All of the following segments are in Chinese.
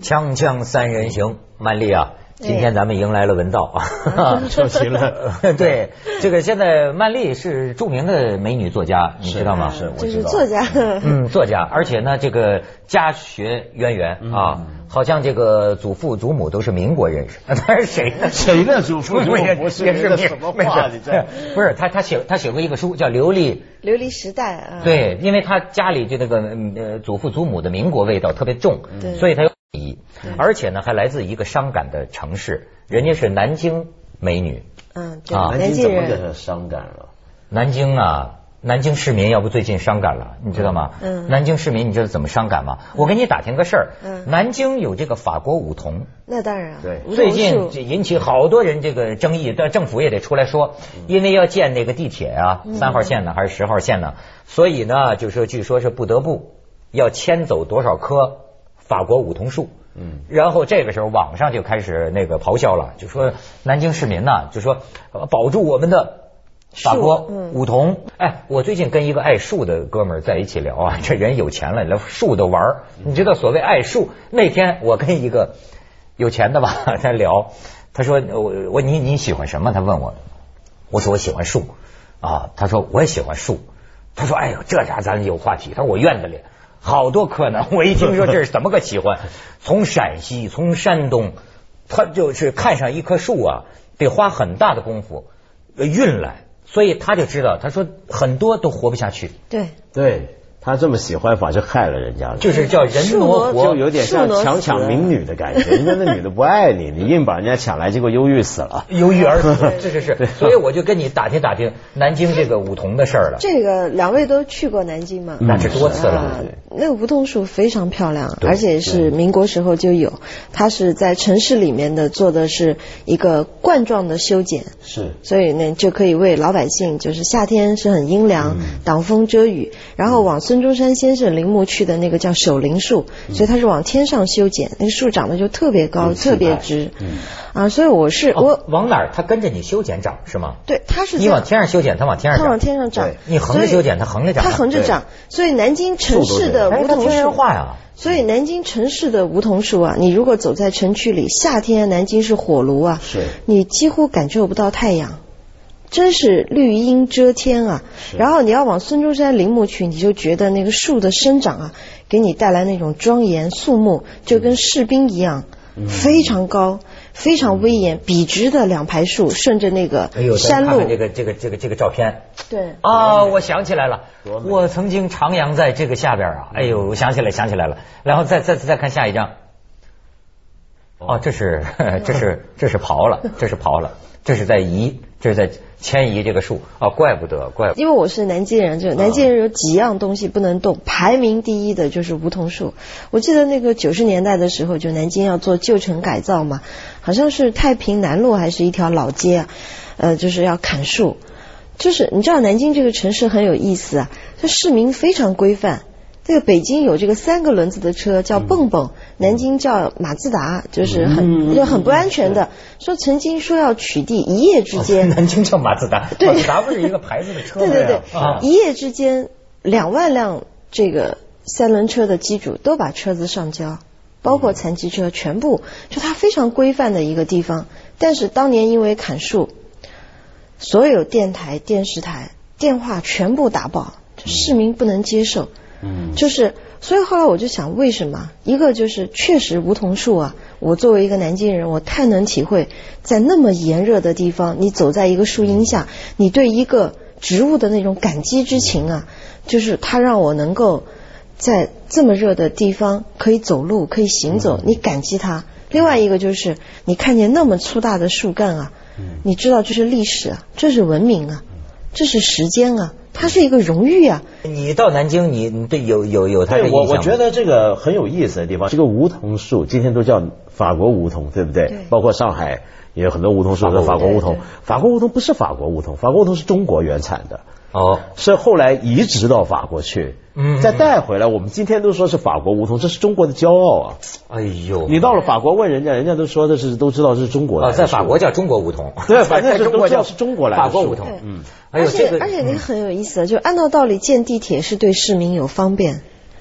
锵锵三人行，曼丽啊，今天咱们迎来了文道啊， 出席了。 对，这个现在曼丽是著名的美女作家，你知道吗？ 是，我就知道。 是作家， 作家，而且呢，这个家学渊源啊，好像这个祖父祖母都是民国人士。他是谁呢？ 谁的祖父祖母不是？ 也是什么话？你这不是他写过一个书叫《流离时代》啊。 对，因为他家里就那个祖父祖母的民国味道特别重，所以他有意义，而且呢还来自一个伤感的城市，人家是南京美女。 对， 南京怎么给他伤感了？ 南京啊。南京市民要不最近伤感了，你知道吗？南京市民你知道怎么伤感吗？我给你打听个事儿。南京有这个法国梧桐。 那当然。 对。 最近引起好多人这个争议，但政府也得出来说，因为要建那个地铁啊，3号线呢还是10号线呢，所以呢就说据说是不得不要迁走多少棵法国梧桐树。然后这个时候网上就开始那个咆哮了，就说南京市民呢就说保住我们的法国梧桐。哎，我最近跟一个爱树的哥们儿在一起聊啊，这人有钱了，聊树的玩儿。你知道所谓爱树？那天我跟一个有钱的吧在聊，他说你喜欢什么？他问我，我说我喜欢树啊。他说我也喜欢树。他说哎呦，这家咱有话题。他说我院子里好多棵呢。我一听说这是怎么个喜欢，从陕西从山东，他就是看上一棵树啊，得花很大的功夫运来。所以他就知道，他说很多都活不下去。 对，他这么喜欢法就害了人家了， 就是叫人挪活， 就有点像抢民女的感觉。人家那女的不爱你，你硬把人家抢来，结果忧郁死了， 忧郁而死。这是。所以我就跟你打听打听南京这个梧桐的事儿了。 这个两位都去过南京吗？ 那是多次了。 那个梧桐树非常漂亮，而且是民国时候就有。它是在城市里面的，做的是一个冠状的修剪， 是， 所以呢就可以为老百姓，就是夏天是很阴凉，挡风遮雨。然后往孙中山先生陵墓去的那个叫守陵树，所以它是往天上修剪，那个树长得就特别高，特别直。所以我往哪儿？它跟着你修剪长是吗？ 对，它是你往天上修剪，它往天上长。 它往天上长。 你横着修剪，它横着长。 它横着长。所以南京城市的梧桐树，所以南京城市的梧桐树啊，你如果走在城区里，夏天南京是火炉啊，你几乎感受不到太阳。真是绿荫遮天啊！然后你要往孙中山陵墓去，你就觉得那个树的生长啊，给你带来那种庄严肃穆，就跟士兵一样，非常高，非常威严，笔直的2排树顺着那个山路。 看看这个照片。 对啊，我想起来了，我曾经徜徉在这个下边啊。哎呦，我想起来了。然后再看下一张。哦，这是刨了，这是在移，这是在迁移这个树啊，怪不得。 因为我是南京人，就南京人有几样东西不能动，排名第一的就是梧桐树。我记得那个90年代的时候，就南京要做旧城改造嘛，好像是太平南路还是一条老街就是要砍树。就是你知道南京这个城市很有意思啊，这市民非常规范。这个北京有这个3个轮子的车叫蹦蹦，南京叫马自达，就是很不安全的。说曾经说要取缔，一夜之间， 南京叫马自达，马自达不是一个牌子的车吗？ 对，一夜之间2万辆这个3轮车的机主都把车子上交，包括残疾车全部，就它非常规范的一个地方。但是当年因为砍树，所有电台、电视台电话全部打爆，市民不能接受。所以后来我就想，为什么？一个就是确实梧桐树啊，我作为一个南京人，我太能体会，在那么炎热的地方，你走在一个树荫下，你对一个植物的那种感激之情啊，就是它让我能够在这么热的地方可以走路，可以行走，你感激它。另外一个就是你看见那么粗大的树干啊，你知道这是历史啊，这是文明啊，这是时间啊，它是一个荣誉啊。 你到南京，你对有它的印象吗？ 我觉得这个很有意思的地方，这个梧桐树今天都叫法国梧桐，对不对？包括上海也有很多梧桐树是法国梧桐。法国梧桐不是法国梧桐，法国梧桐是中国原产的。是后来移植到法国去，再带回来。我们今天都说是法国梧桐，这是中国的骄傲啊！ 哎呦， 你到了法国问人家都说的是都知道是中国的。 在法国叫中国梧桐， 对，反正中国叫是中国来的法国梧桐。 而且那个很有意思的，就按照道理建地铁是对市民有方便，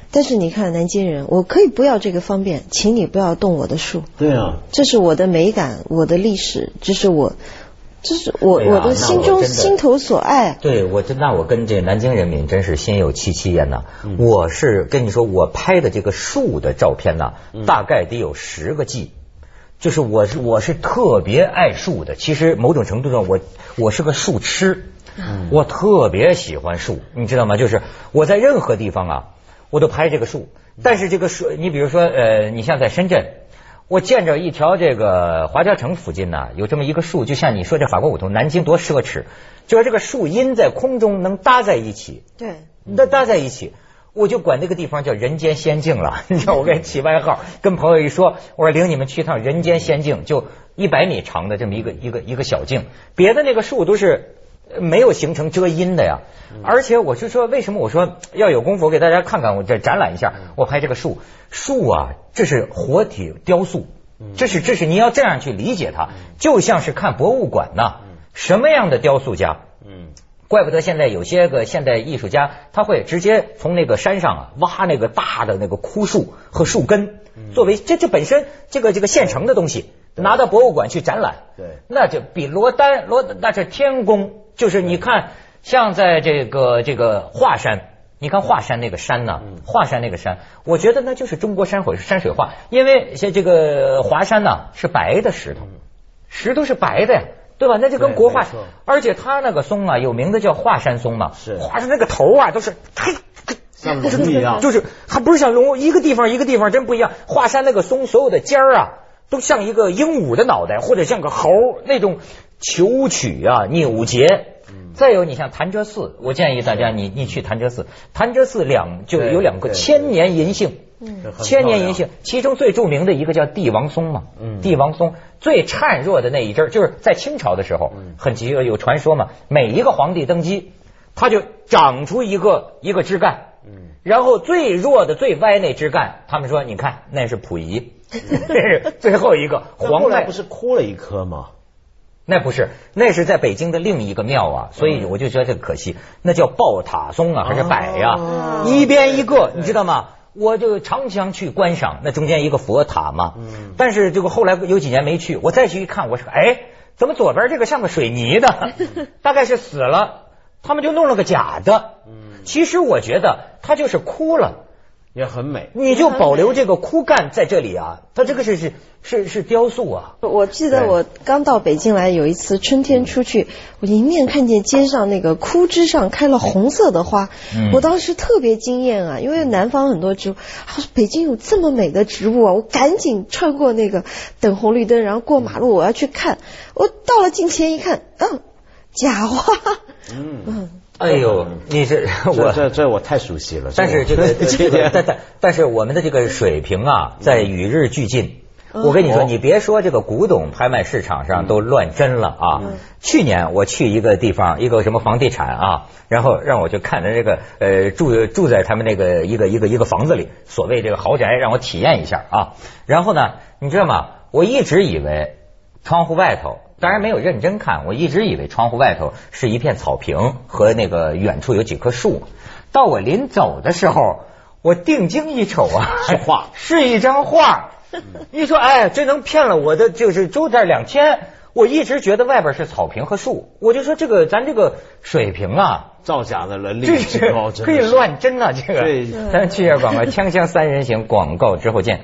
但是你看南京人，我可以不要这个方便，请你不要动我的树。 对啊， 这是我的美感，我的历史，这是我的心中心头所爱。 对，那我跟这南京人民真是心有戚戚焉呐。我是跟你说，我拍的这个树的照片呢，大概得有10个 G。就是我是特别爱树的，其实某种程度上我是个树痴，我特别喜欢树，你知道吗？就是我在任何地方啊，我都拍这个树。但是这个树，你比如说你像在深圳，我见着一条这个华侨城附近呢，有这么一个树，就像你说这法国梧桐，南京多奢侈，就是这个树荫在空中能搭在一起， 对， 搭在一起。我就管这个地方叫人间仙境了，你知道我给起外号，跟朋友一说，我说领你们去一趟人间仙境，就100米长的这么一个小径，别的那个树都是没有形成遮阴的呀。而且我是说，为什么我说要有功夫，我给大家看看，我这展览一下，我拍这个树啊，这是活体雕塑，这是你要这样去理解它，就像是看博物馆呐，什么样的雕塑家？怪不得现在有些个现代艺术家，他会直接从那个山上挖那个大的那个枯树和树根，作为这本身这个现成的东西，拿到博物馆去展览。 对， 那就比罗丹那是天工。就是你看，像在这个华山，你看华山那个山呢，华山那个山，我觉得那就是中国山水画，因为像这个华山呢是白的石头，石头是白的呀。对吧？那就跟国画，而且它那个松啊，有名的叫华山松嘛。是华山那个头啊，都是像龙一样， 就是还不是像龙，一个地方真不一样。华山那个松所有的尖儿啊，都像一个鹦鹉的脑袋，或者像个猴那种求取啊、扭结。再有你像潭柘寺，我建议大家你去潭柘寺，潭柘寺就有2个千年银杏。千年银杏，其中最著名的一个叫帝王松嘛，帝王松最孱弱的那一阵，就是在清朝的时候，有传说嘛，每一个皇帝登基，他就长出一个枝干，然后最弱的最歪那枝干，他们说你看那是溥仪，这是最后一个皇后来不是枯了一棵吗？ 那不是，那是在北京的另一个庙啊，所以我就觉得这个可惜，那叫抱塔松啊，还是柏呀，一边一个，你知道吗？我就常常去观赏，那中间一个佛塔嘛，但是这个后来有几年没去，我再去一看，我说怎么左边这个像个水泥的，大概是死了，他们就弄了个假的，其实我觉得它就是枯了。 也很美， 你就保留这个枯干在这里啊，它这个是雕塑啊。 我记得我刚到北京来，有一次春天出去，我迎面看见街上那个枯枝上开了红色的花，我当时特别惊艳啊，因为南方很多植物，我说北京有这么美的植物啊，我赶紧穿过那个等红绿灯，然后过马路，我要去看。我到了近前一看，假花， 哎呦，你这我太熟悉了。 但是但是我们的这个水平啊，在与日俱进。我跟你说，你别说这个古董拍卖市场上都乱真了啊。去年我去一个地方，一个什么房地产啊，然后让我去看着这个住在他们那个一个房子里，所谓这个豪宅，让我体验一下啊。然后呢，你知道吗？我一直以为窗户外头。当然没有认真看，我一直以为窗户外头是一片草坪和那个远处有几棵树。到我临走的时候，我定睛一瞅啊， 是画， 是一张画。一说这能骗了我的就是周点2天。我一直觉得外边是草坪和树，我就说咱这个水平啊， 造假的能力之高， 可以乱真啊，这个。对，咱去一下广告，锵锵三人行，广告之后见。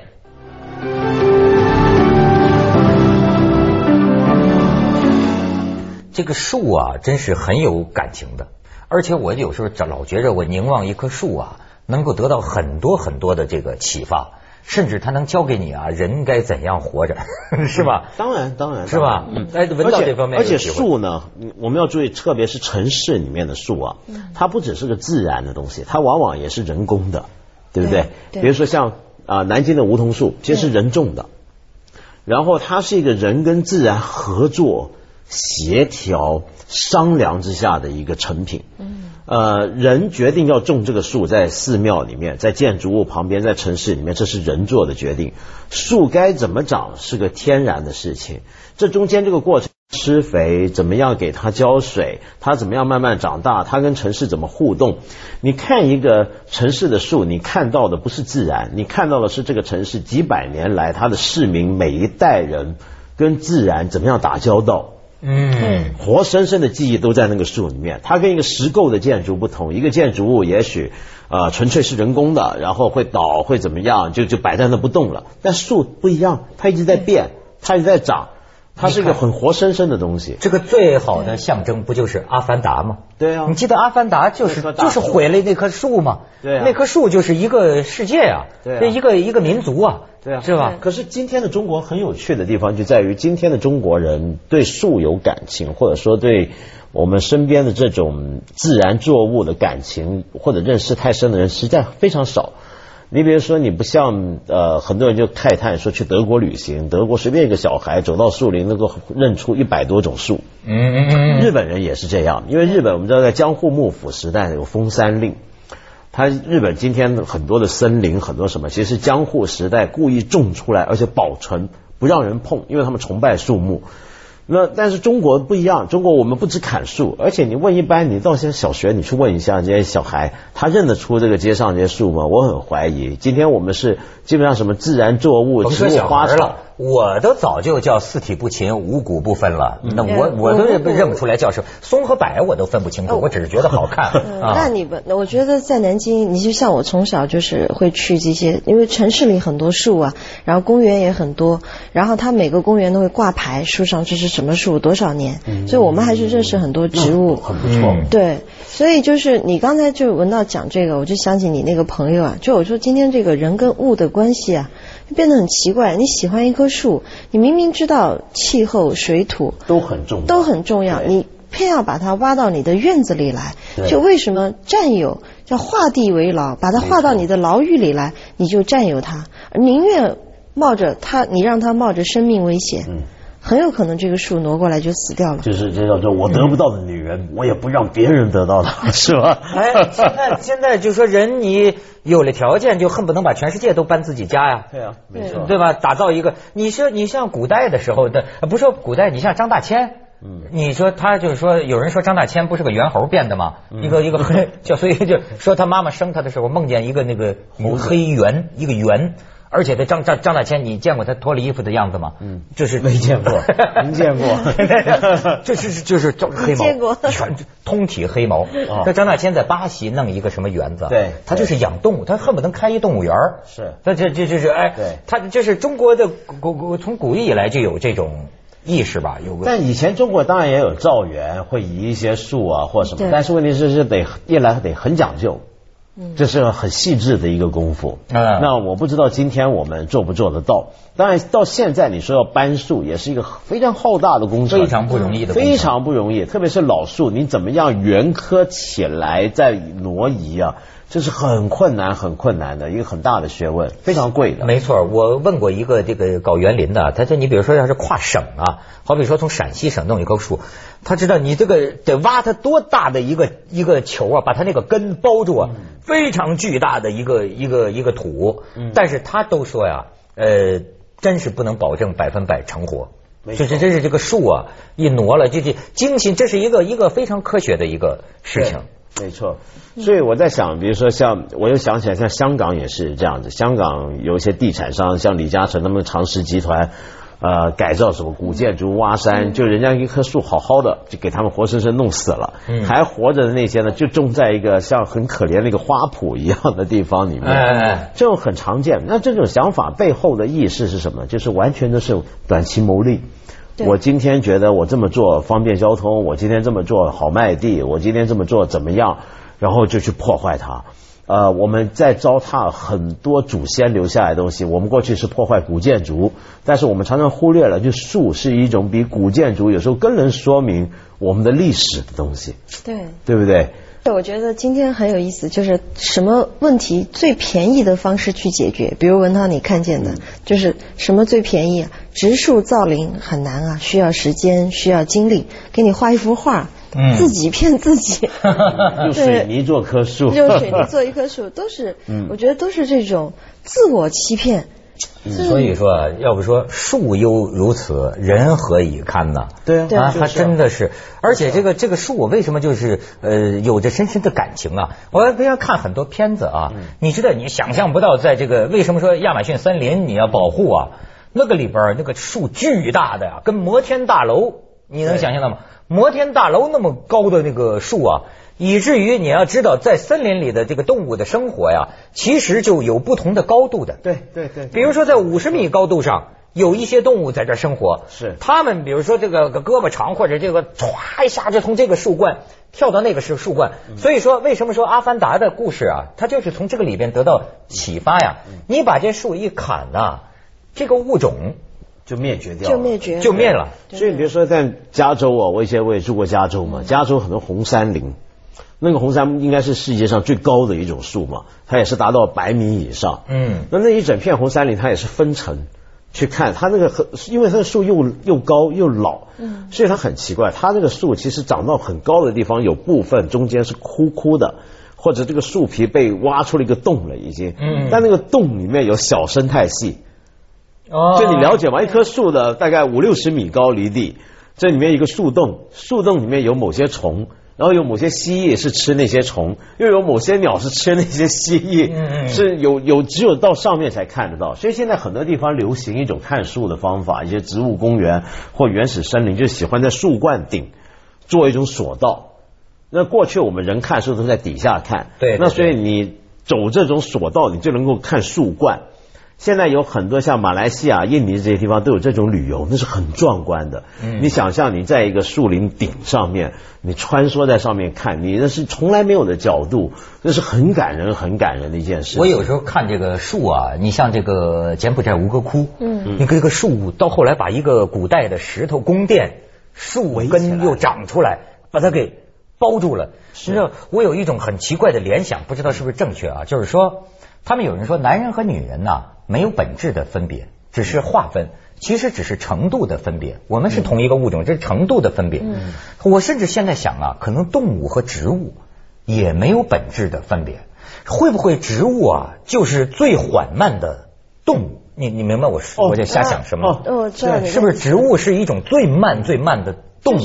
这个树啊，真是很有感情的，而且我有时候老觉着我凝望一棵树啊，能够得到很多很多的这个启发，甚至它能教给你啊人该怎样活着，是吧？ 当然， 是吧？闻到这方面， 而且树呢，我们要注意，特别是城市里面的树啊，它不只是个自然的东西，它往往也是人工的，对不对？比如说像南京的梧桐树，其实是人种的，然后它是一个人跟自然合作、协调、商量之下的一个成品。人决定要种这个树在寺庙里面，在建筑物旁边，在城市里面，这是人做的决定。树该怎么长是个天然的事情，这中间这个过程施肥，怎么样给它浇水，它怎么样慢慢长大，它跟城市怎么互动。你看一个城市的树，你看到的不是自然，你看到的是这个城市几百年来它的市民每一代人跟自然怎么样打交道。活生生的记忆都在那个树里面。它跟一个实构的建筑不同，一个建筑物也许纯粹是人工的，然后会倒会怎么样，就摆在那不动了。但树不一样，它一直在变，它一直在长，它是一个很活生生的东西。这个最好的象征不就是阿凡达吗？ 对啊， 你记得阿凡达就是毁了那棵树吗？ 对啊， 那棵树就是一个世界啊， 对啊， 一个民族啊。 对啊， 是吧？ 可是今天的中国很有趣的地方就在于，今天的中国人对树有感情，或者说对我们身边的这种自然作物的感情或者认识太深的人实在非常少。你比如说，你不像很多人就慨叹说去德国旅行，德国随便一个小孩走到树林能够认出100多种树。日本人也是这样，因为日本我们知道在江户幕府时代有封山令。日本今天很多的森林，很多什么，其实是江户时代故意种出来，而且保存不让人碰，因为他们崇拜树木。但是中国不一样，中国我们不只砍树，而且你问一般，你到现在小学你去问一下这些小孩，他认得出这个街上这些树吗？我很怀疑。今天我们是基本上什么自然作物、植物、花草， 我都早就叫四体不勤，五谷不分了。那我都认不出来叫什么松和柏，我都分不清楚，我只是觉得好看。 那你们，我觉得在南京，你就像我从小就是会去这些，因为城市里很多树啊，然后公园也很多，然后它每个公园都会挂牌，树上这是什么树多少年，所以我们还是认识很多植物， 很不错。 对，所以就是你刚才就闻到讲这个，我就想起你那个朋友啊，就我说今天这个人跟物的关系啊，变得很奇怪。你喜欢一棵树，你明明知道气候、水土都很重要， 你偏要把它挖到你的院子里来，就为什么占有叫画地为牢，把它划到你的牢狱里来，你就占有它，宁愿冒着它，你让它冒着生命危险。很有可能这个树挪过来就死掉了。 就是这叫做我得不到的女人，我也不让别人得到的，是吧？ 现在就说人你有了条件，就恨不能把全世界都搬自己家呀。 对啊，没错， 对吧？打造一个，你像古代的时候的，不是说古代，你像张大千。你说他就是说，有人说张大千不是个猿猴变的吗？一个所以就说他妈妈生他的时候梦见一个那个黑猿，一个猿。而且张大千，你见过他脱了衣服的样子吗？就是没见过，您见过？ 就是黑毛， 见过， 全通体黑毛。那张大千在巴西弄一个什么园子？ 对， 他就是养动物，他恨不能开一动物园。 是， 那这就是他这是中国的从古以来就有这种意识吧？有个。 但以前中国当然也有造园，会移一些树啊或什么，但是问题是得很讲究。这是很细致的一个功夫。那我不知道今天我们做不做得到。当然到现在你说要搬树也是一个非常浩大的工程， 非常不容易的， 非常不容易。特别是老树，你怎么样原棵起来再挪移啊？这是很困难的一个很大的学问，非常贵的。 没错，我问过一个这个搞园林的，他说你比如说要是跨省啊，好比说从陕西省弄一棵树，他知道你这个得挖它多大的一个球啊，把它那个根包住啊，非常巨大的一个土。但是他都说呀，真是不能保证100%成活。就是真是这个树啊，一挪了就精心，这是一个非常科学的一个事情。 没错，所以我在想，比如说我又想起来，像香港也是这样子。香港有一些地产商，像李嘉诚他们长实集团，改造什么古建筑、挖山，就人家一棵树好好的，就给他们活生生弄死了。还活着的那些呢，就种在一个像很可怜的一个花圃一样的地方里面。这种很常见。那这种想法背后的意识是什么？就是完全都是短期牟利。我今天觉得我这么做方便交通，我今天这么做好卖地，我今天这么做怎么样，然后就去破坏它。我们在糟蹋很多祖先留下来的东西。我们过去是破坏古建筑，但是我们常常忽略了，就树是一种比古建筑有时候更能说明我们的历史的东西。对不对？ 我觉得今天很有意思，就是什么问题最便宜的方式去解决。比如文涛你看见的，就是什么最便宜啊？植树造林很难啊，需要时间，需要精力。给你画一幅画，自己骗自己， 用水泥做棵树， 用水泥做一棵树，都是，我觉得都是这种自我欺骗。 所以说，要不说树犹如此，人何以堪呢？ 对啊， 它真的是，而且这个树为什么就是有着深深的感情啊？我平常看很多片子啊，你知道你想象不到，在这个为什么说亚马逊森林你要保护啊？那个里边那个树巨大的呀，跟摩天大楼，你能想象到吗？摩天大楼那么高的那个树啊，以至于你要知道，在森林里的这个动物的生活呀，其实就有不同的高度的。 对， 比如说在50米高度上，有一些动物在这生活， 是他们比如说这个胳膊长，或者这个歘一下就从这个树冠跳到那个树冠。所以说，为什么说阿凡达的故事啊，它就是从这个里边得到启发呀？你把这树一砍呐，这个物种就灭绝掉了， 就灭了。 所以比如说在加州啊，我以前也住过加州嘛，加州很多红杉林，那个红杉应该是世界上最高的一种树嘛，它也是达到100米以上。那一整片红杉林它也是分层去看，它那个因为它的树又高又老，所以它很奇怪，它那个树其实长到很高的地方，有部分中间是枯的，或者这个树皮被挖出了一个洞了已经，但那个洞里面有小生态系。就你了解吗？一棵树的大概50-60米高离地，这里面一个树洞，树洞里面有某些虫，然后有某些蜥蜴是吃那些虫，又有某些鸟是吃那些蜥蜴，是只有到上面才看得到。所以现在很多地方流行一种看树的方法，一些植物公园或原始森林就喜欢在树冠顶做一种索道。那过去我们人看树都在底下看， 对， 那所以你走这种索道，你就能够看树冠。现在有很多像马来西亚、印尼这些地方都有这种旅游，那是很壮观的。你想象你在一个树林顶上面，你穿梭在上面看，你那是从来没有的角度，那是很感人的一件事。 我有时候看这个树啊，你像这个柬埔寨吴哥窟，你这个树到后来把一个古代的石头宫殿树根又长出来，把它给包住了。你知道，我有一种很奇怪的联想，不知道是不是正确啊？就是说，他们有人说男人和女人呐，没有本质的分别，只是划分，其实只是程度的分别。我们是同一个物种，这是程度的分别。我甚至现在想啊，可能动物和植物也没有本质的分别。会不会植物啊，就是最缓慢的动物？你明白我在瞎想什么？ 知道是不是植物是一种最慢的动物？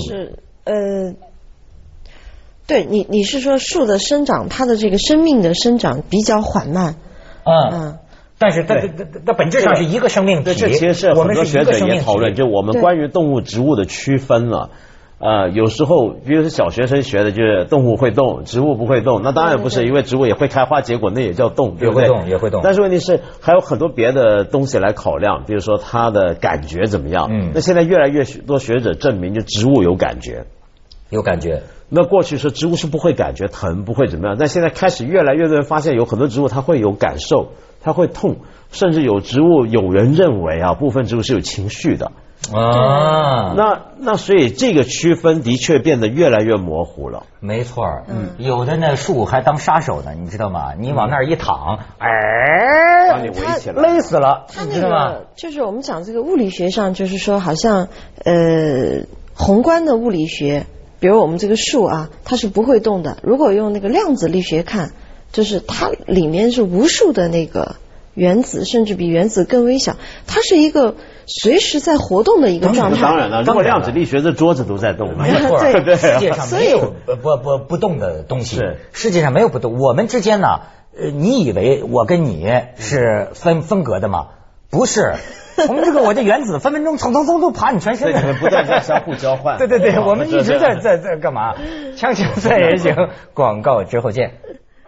对，你是说树的生长，它的这个生命的生长比较缓慢。 但是它本质上是一个生命体。 这其实是很多学者也讨论，就我们关于动物植物的区分了。有时候比如说小学生学的就是动物会动，植物不会动，那当然不是，因为植物也会开花结果，那也叫动，对不对？ 也会动。 但是问题是还有很多别的东西来考量，比如说它的感觉怎么样。那现在越来越多学者证明，就植物有感觉。那过去说植物是不会感觉疼，不会怎么样，但现在开始越来越多人发现有很多植物它会有感受，它会痛，甚至有植物有人认为啊，部分植物是有情绪的啊。那所以这个区分的确变得越来越模糊了。 没错，有的那树还当杀手呢，你知道吗？你往那儿一躺， 把你围起来， 勒死了， 你知道吗？就是我们讲这个物理学上，就是说好像宏观的物理学。比如我们这个树啊，它是不会动的。如果用那个量子力学看，就是它里面是无数的那个原子，甚至比原子更微小，它是一个随时在活动的一个状态。 当然了，如果量子力学，这桌子都在动。 没错，对，世界上没有不动的东西，世界上没有不动。我们之间呢，你以为我跟你是分隔的吗？不是。我们我这原子分分钟蹭都爬你全身， 你们不断在相互交换。 对，我们一直在干嘛？锵锵三人行，广告之后见。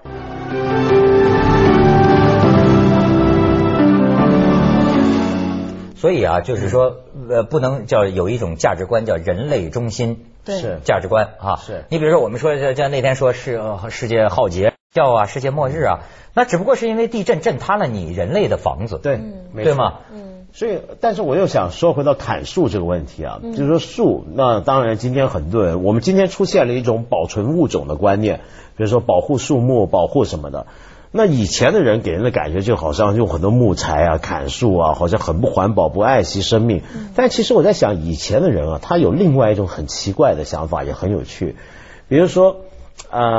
所以啊，就是说不能叫有一种价值观叫人类中心， 是价值观啊。是你比如说我们说像那天说是世界浩劫啊，世界末日啊，那只不过是因为地震震塌了你人类的房子， 对吗？ 所以，但是我又想说回到砍树这个问题啊，就是说树，那当然今天很多人，我们今天出现了一种保存物种的观念，比如说保护树木、保护什么的。那以前的人给人的感觉就好像用很多木材啊、砍树啊，好像很不环保、不爱惜生命。但其实我在想，以前的人啊，他有另外一种很奇怪的想法，也很有趣。比如说，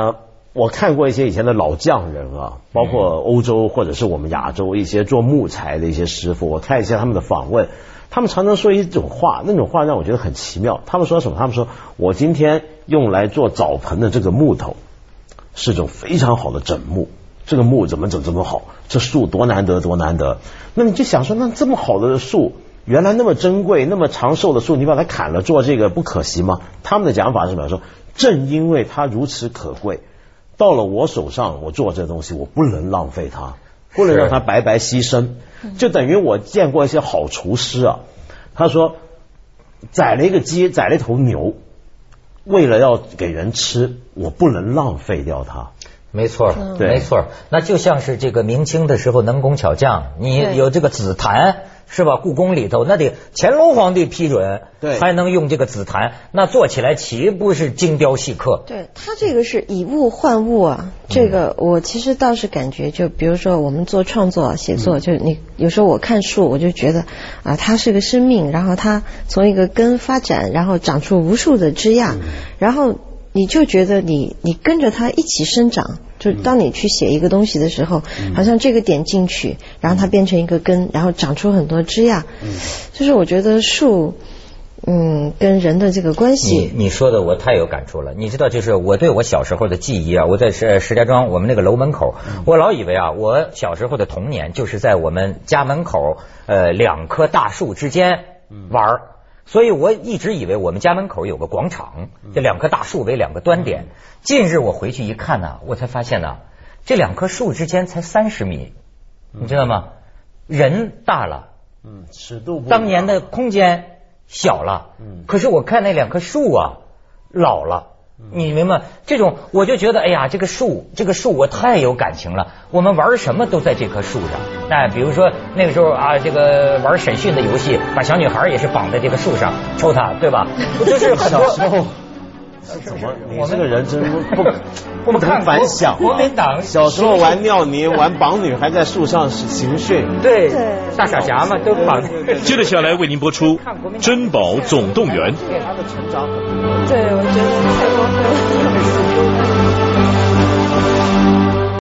我看过一些以前的老匠人啊，包括欧洲或者是我们亚洲一些做木材的一些师傅，我看一些他们的访问，他们常常说一种话，那种话让我觉得很奇妙。他们说什么？他们说我今天用来做澡盆的这个木头是种非常好的枕木，这个木怎么整这么好？这树多难得多难得。那你就想说，那这么好的树，原来那么珍贵那么长寿的树，你把它砍了做这个不可惜吗？他们的讲法是什么？说正因为它如此可贵，到了我手上，我做这东西我不能浪费它，不能让它白白牺牲。就等于我见过一些好厨师啊，他说宰了一个鸡，宰了一头牛，为了要给人吃，我不能浪费掉它。 没错，没错，那就像是这个明清的时候能工巧匠，你有这个紫檀是吧？故宫里头那得乾隆皇帝批准，对，才能用这个紫檀，那做起来岂不是精雕细刻？ 对，它这个是以物换物啊。这个我其实倒是感觉，就比如说我们做创作写作，就你有时候我看树，我就觉得啊，它是个生命，然后它从一个根发展，然后长出无数的枝桠，然后你就觉得你跟着它一起生长，就当你去写一个东西的时候，好像这个点进去，然后它变成一个根，然后长出很多枝桠。就是我觉得树，跟人的这个关系， 你说的我太有感触了。你知道，就是我对我小时候的记忆啊，我在石家庄我们那个楼门口，我老以为啊，我小时候的童年就是在我们家门口2棵大树之间玩。所以我一直以为我们家门口有个广场，这2棵大树为2个端点。近日我回去一看呢，我才发现呢，这2棵树之间才30米，你知道吗？人大了， 尺度不一样， 当年的空间小了，可是我看那2棵树啊，老了。你明白这种，我就觉得哎呀，这个树我太有感情了。我们玩什么都在这棵树上。那比如说那个时候啊，这个玩审讯的游戏，把小女孩也是绑在这个树上抽她，对吧？就是很多小时候。怎么？你这个人真不能反想。 国民党小时候玩尿泥、玩绑女，还在树上行训。 对，大傻侠嘛，都绑。 接着下来为您播出《珍宝总动员》。 对他的成长。 对，我觉得太过分了。